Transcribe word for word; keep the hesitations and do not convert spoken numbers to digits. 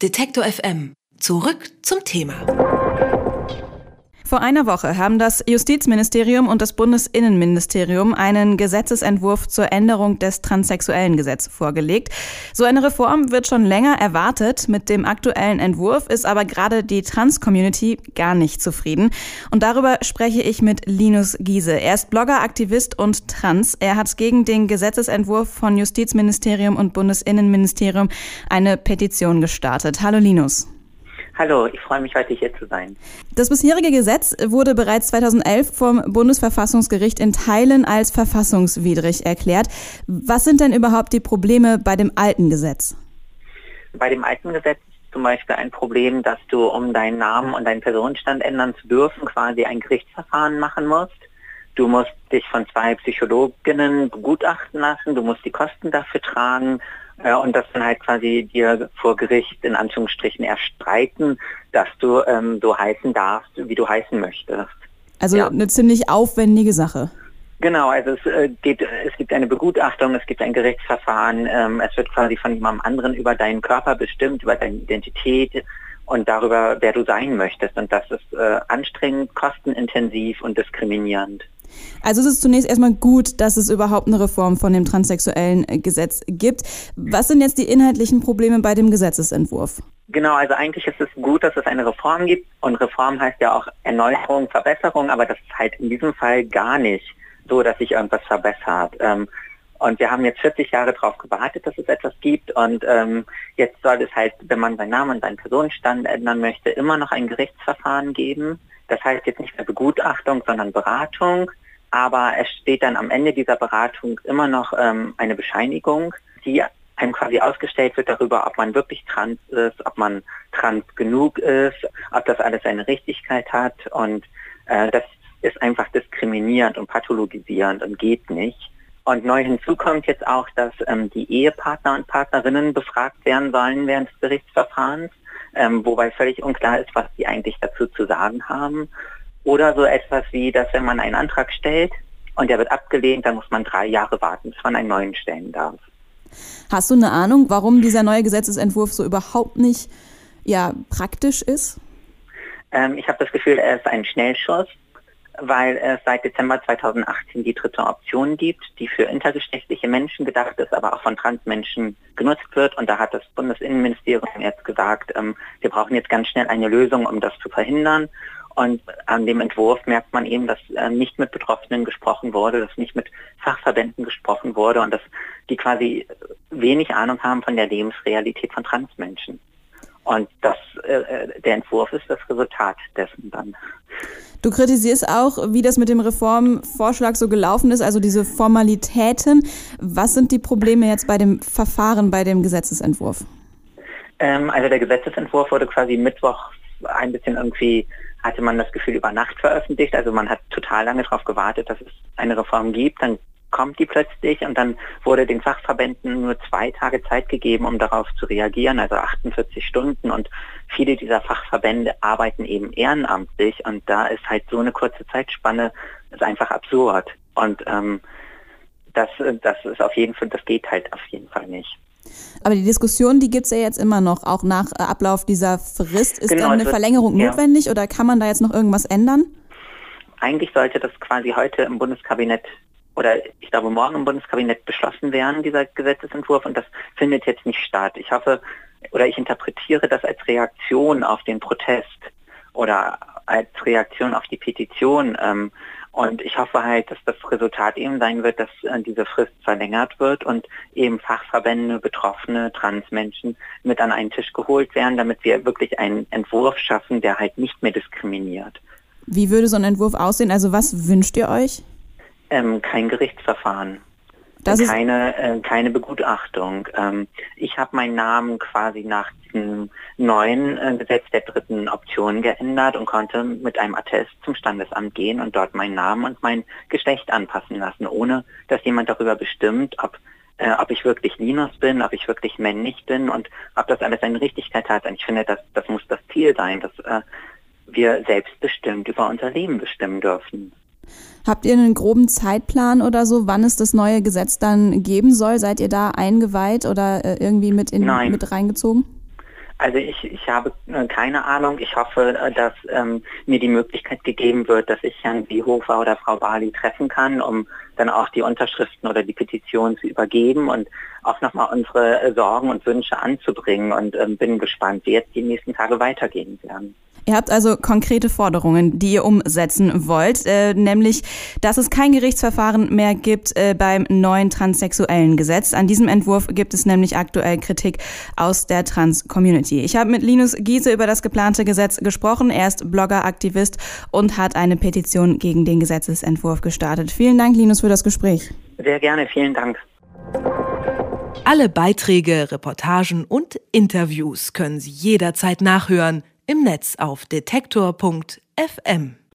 Detektor F M. Zurück zum Thema. Vor einer Woche haben das Justizministerium und das Bundesinnenministerium einen Gesetzesentwurf zur Änderung des Transsexuellengesetzes vorgelegt. So eine Reform wird schon länger erwartet. Mit dem aktuellen Entwurf ist aber gerade die Trans-Community gar nicht zufrieden. Und darüber spreche ich mit Linus Giese. Er ist Blogger, Aktivist und Trans. Er hat gegen den Gesetzesentwurf von Justizministerium und Bundesinnenministerium eine Petition gestartet. Hallo Linus. Hallo, ich freue mich, heute hier zu sein. Das bisherige Gesetz wurde bereits zweitausendelf vom Bundesverfassungsgericht in Teilen als verfassungswidrig erklärt. Was sind denn überhaupt die Probleme bei dem alten Gesetz? Bei dem alten Gesetz ist zum Beispiel ein Problem, dass du, um deinen Namen und deinen Personenstand ändern zu dürfen, quasi ein Gerichtsverfahren machen musst. Du musst dich von zwei Psychologinnen begutachten lassen, du musst die Kosten dafür tragen. Und das dann halt quasi dir vor Gericht in Anführungsstrichen erstreiten, dass du ähm, so heißen darfst, wie du heißen möchtest. Also ja. Eine ziemlich aufwendige Sache. Genau, also es, äh, geht, es gibt eine Begutachtung, es gibt ein Gerichtsverfahren, ähm, es wird quasi von jemandem anderen über deinen Körper bestimmt, über deine Identität und darüber, wer du sein möchtest. Und das ist äh, anstrengend, kostenintensiv und diskriminierend. Also es ist zunächst erstmal gut, dass es überhaupt eine Reform von dem transsexuellen Gesetz gibt. Was sind jetzt die inhaltlichen Probleme bei dem Gesetzesentwurf? Genau, also eigentlich ist es gut, dass es eine Reform gibt. Und Reform heißt ja auch Erneuerung, Verbesserung, aber das ist halt in diesem Fall gar nicht so, dass sich irgendwas verbessert. Und wir haben jetzt vierzig Jahre darauf gewartet, dass es etwas gibt. Und ähm, jetzt soll es halt, wenn man seinen Namen und seinen Personenstand ändern möchte, immer noch ein Gerichtsverfahren geben. Das heißt jetzt nicht mehr Begutachtung, sondern Beratung. Aber es steht dann am Ende dieser Beratung immer noch ähm, eine Bescheinigung, die einem quasi ausgestellt wird darüber, ob man wirklich trans ist, ob man trans genug ist, ob das alles seine Richtigkeit hat. Und äh, das ist einfach diskriminierend und pathologisierend und geht nicht. Und neu hinzu kommt jetzt auch, dass ähm, die Ehepartner und Partnerinnen befragt werden sollen während des Gerichtsverfahrens, ähm, wobei völlig unklar ist, was die eigentlich dazu zu sagen haben. Oder so etwas wie, dass wenn man einen Antrag stellt und der wird abgelehnt, dann muss man drei Jahre warten, bis man einen neuen stellen darf. Hast du eine Ahnung, warum dieser neue Gesetzesentwurf so überhaupt nicht ja, praktisch ist? Ähm, ich habe das Gefühl, er ist ein Schnellschuss, weil es seit Dezember zweitausendachtzehn die dritte Option gibt, die für intergeschlechtliche Menschen gedacht ist, aber auch von Transmenschen genutzt wird. Und da hat das Bundesinnenministerium jetzt gesagt, ähm, wir brauchen jetzt ganz schnell eine Lösung, um das zu verhindern. Und an dem Entwurf merkt man eben, dass äh, nicht mit Betroffenen gesprochen wurde, dass nicht mit Fachverbänden gesprochen wurde und dass die quasi wenig Ahnung haben von der Lebensrealität von Transmenschen. Und das, äh, der Entwurf ist das Resultat dessen dann. Du kritisierst auch, wie das mit dem Reformvorschlag so gelaufen ist, also diese Formalitäten. Was sind die Probleme jetzt bei dem Verfahren, bei dem Gesetzesentwurf? Ähm, also der Gesetzesentwurf wurde quasi Mittwoch ein bisschen irgendwie, hatte man das Gefühl, über Nacht veröffentlicht. Also man hat total lange darauf gewartet, dass es eine Reform gibt. Dann kommt die plötzlich und dann wurde den Fachverbänden nur zwei Tage Zeit gegeben, um darauf zu reagieren, also achtundvierzig Stunden. Und viele dieser Fachverbände arbeiten eben ehrenamtlich und da ist halt so eine kurze Zeitspanne, ist einfach absurd. Und ähm, das, das ist auf jeden Fall, das geht halt auf jeden Fall nicht. Aber die Diskussion, die gibt's ja jetzt immer noch, auch nach Ablauf dieser Frist. Ist genau, dann eine wird, Verlängerung ja. notwendig oder kann man da jetzt noch irgendwas ändern? Eigentlich sollte das quasi heute im Bundeskabinett oder ich glaube morgen im Bundeskabinett beschlossen werden, dieser Gesetzesentwurf, und das findet jetzt nicht statt. Ich hoffe oder ich interpretiere das als Reaktion auf den Protest oder als Reaktion auf die Petition. Ähm, Und ich hoffe halt, dass das Resultat eben sein wird, dass äh, diese Frist verlängert wird und eben Fachverbände, Betroffene, Transmenschen mit an einen Tisch geholt werden, damit wir wirklich einen Entwurf schaffen, der halt nicht mehr diskriminiert. Wie würde so ein Entwurf aussehen? Also was wünscht ihr euch? Ähm, kein Gerichtsverfahren. Das ist keine, äh, keine Begutachtung. Ähm, ich habe meinen Namen quasi nach diesem neuen äh, Gesetz der dritten Option geändert und konnte mit einem Attest zum Standesamt gehen und dort meinen Namen und mein Geschlecht anpassen lassen, ohne dass jemand darüber bestimmt, ob, äh, ob ich wirklich Linus bin, ob ich wirklich männlich bin und ob das alles eine Richtigkeit hat. Und ich finde, das, das muss das Ziel sein, dass äh, wir selbstbestimmt über unser Leben bestimmen dürfen. Habt ihr einen groben Zeitplan oder so, wann es das neue Gesetz dann geben soll? Seid ihr da eingeweiht oder äh, irgendwie mit, in, Nein. mit reingezogen? Also ich, ich habe äh, keine Ahnung. Ich hoffe, äh, dass ähm, mir die Möglichkeit gegeben wird, dass ich Herrn Seehofer oder Frau Barley treffen kann, um dann auch die Unterschriften oder die Petition zu übergeben und auch nochmal unsere äh, Sorgen und Wünsche anzubringen und ähm, bin gespannt, wie jetzt die nächsten Tage weitergehen werden. Ihr habt also konkrete Forderungen, die ihr umsetzen wollt, äh, nämlich, dass es kein Gerichtsverfahren mehr gibt äh, beim neuen transsexuellen Gesetz. An diesem Entwurf gibt es nämlich aktuell Kritik aus der Trans-Community. Ich habe mit Linus Giese über das geplante Gesetz gesprochen. Er ist Blogger, Aktivist und hat eine Petition gegen den Gesetzesentwurf gestartet. Vielen Dank, Linus, für das Gespräch. Sehr gerne, vielen Dank. Alle Beiträge, Reportagen und Interviews können Sie jederzeit nachhören im Netz auf detektor punkt f m.